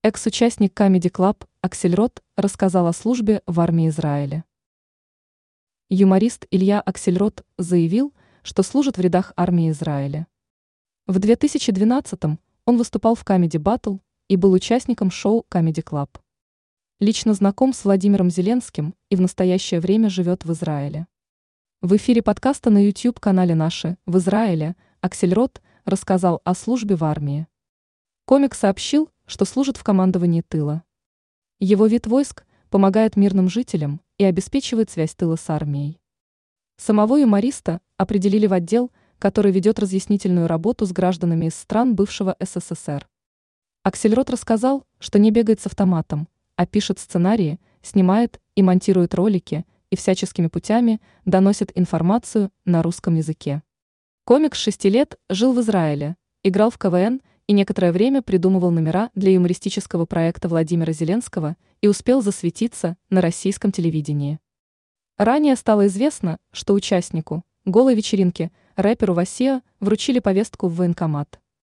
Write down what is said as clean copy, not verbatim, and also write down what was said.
Экс-участник Comedy Club Аксельрод рассказал о службе в армии Израиля. Юморист Илья Аксельрод заявил, что служит в рядах армии Израиля. В 2012-м он выступал в Comedy Battle и был участником шоу Comedy Club. Лично знаком с Владимиром Зеленским и в настоящее время живет в Израиле. В эфире подкаста на YouTube-канале «Наши» в Израиле Аксельрод рассказал о службе в армии. Комик сообщил, что служит в командовании тыла. Его вид войск помогает мирным жителям и обеспечивает связь тыла с армией. Самого юмориста определили в отдел, который ведет разъяснительную работу с гражданами из стран бывшего СССР. Аксельрод рассказал, что не бегает с автоматом, а пишет сценарии, снимает и монтирует ролики и всяческими путями доносит информацию на русском языке. Комик с 6 лет жил в Израиле, играл в КВН и некоторое время придумывал номера для юмористического проекта Владимира Зеленского и успел засветиться на российском телевидении. Ранее стало известно, что участнику голой вечеринки, рэперу Васиа, вручили повестку в военкомат.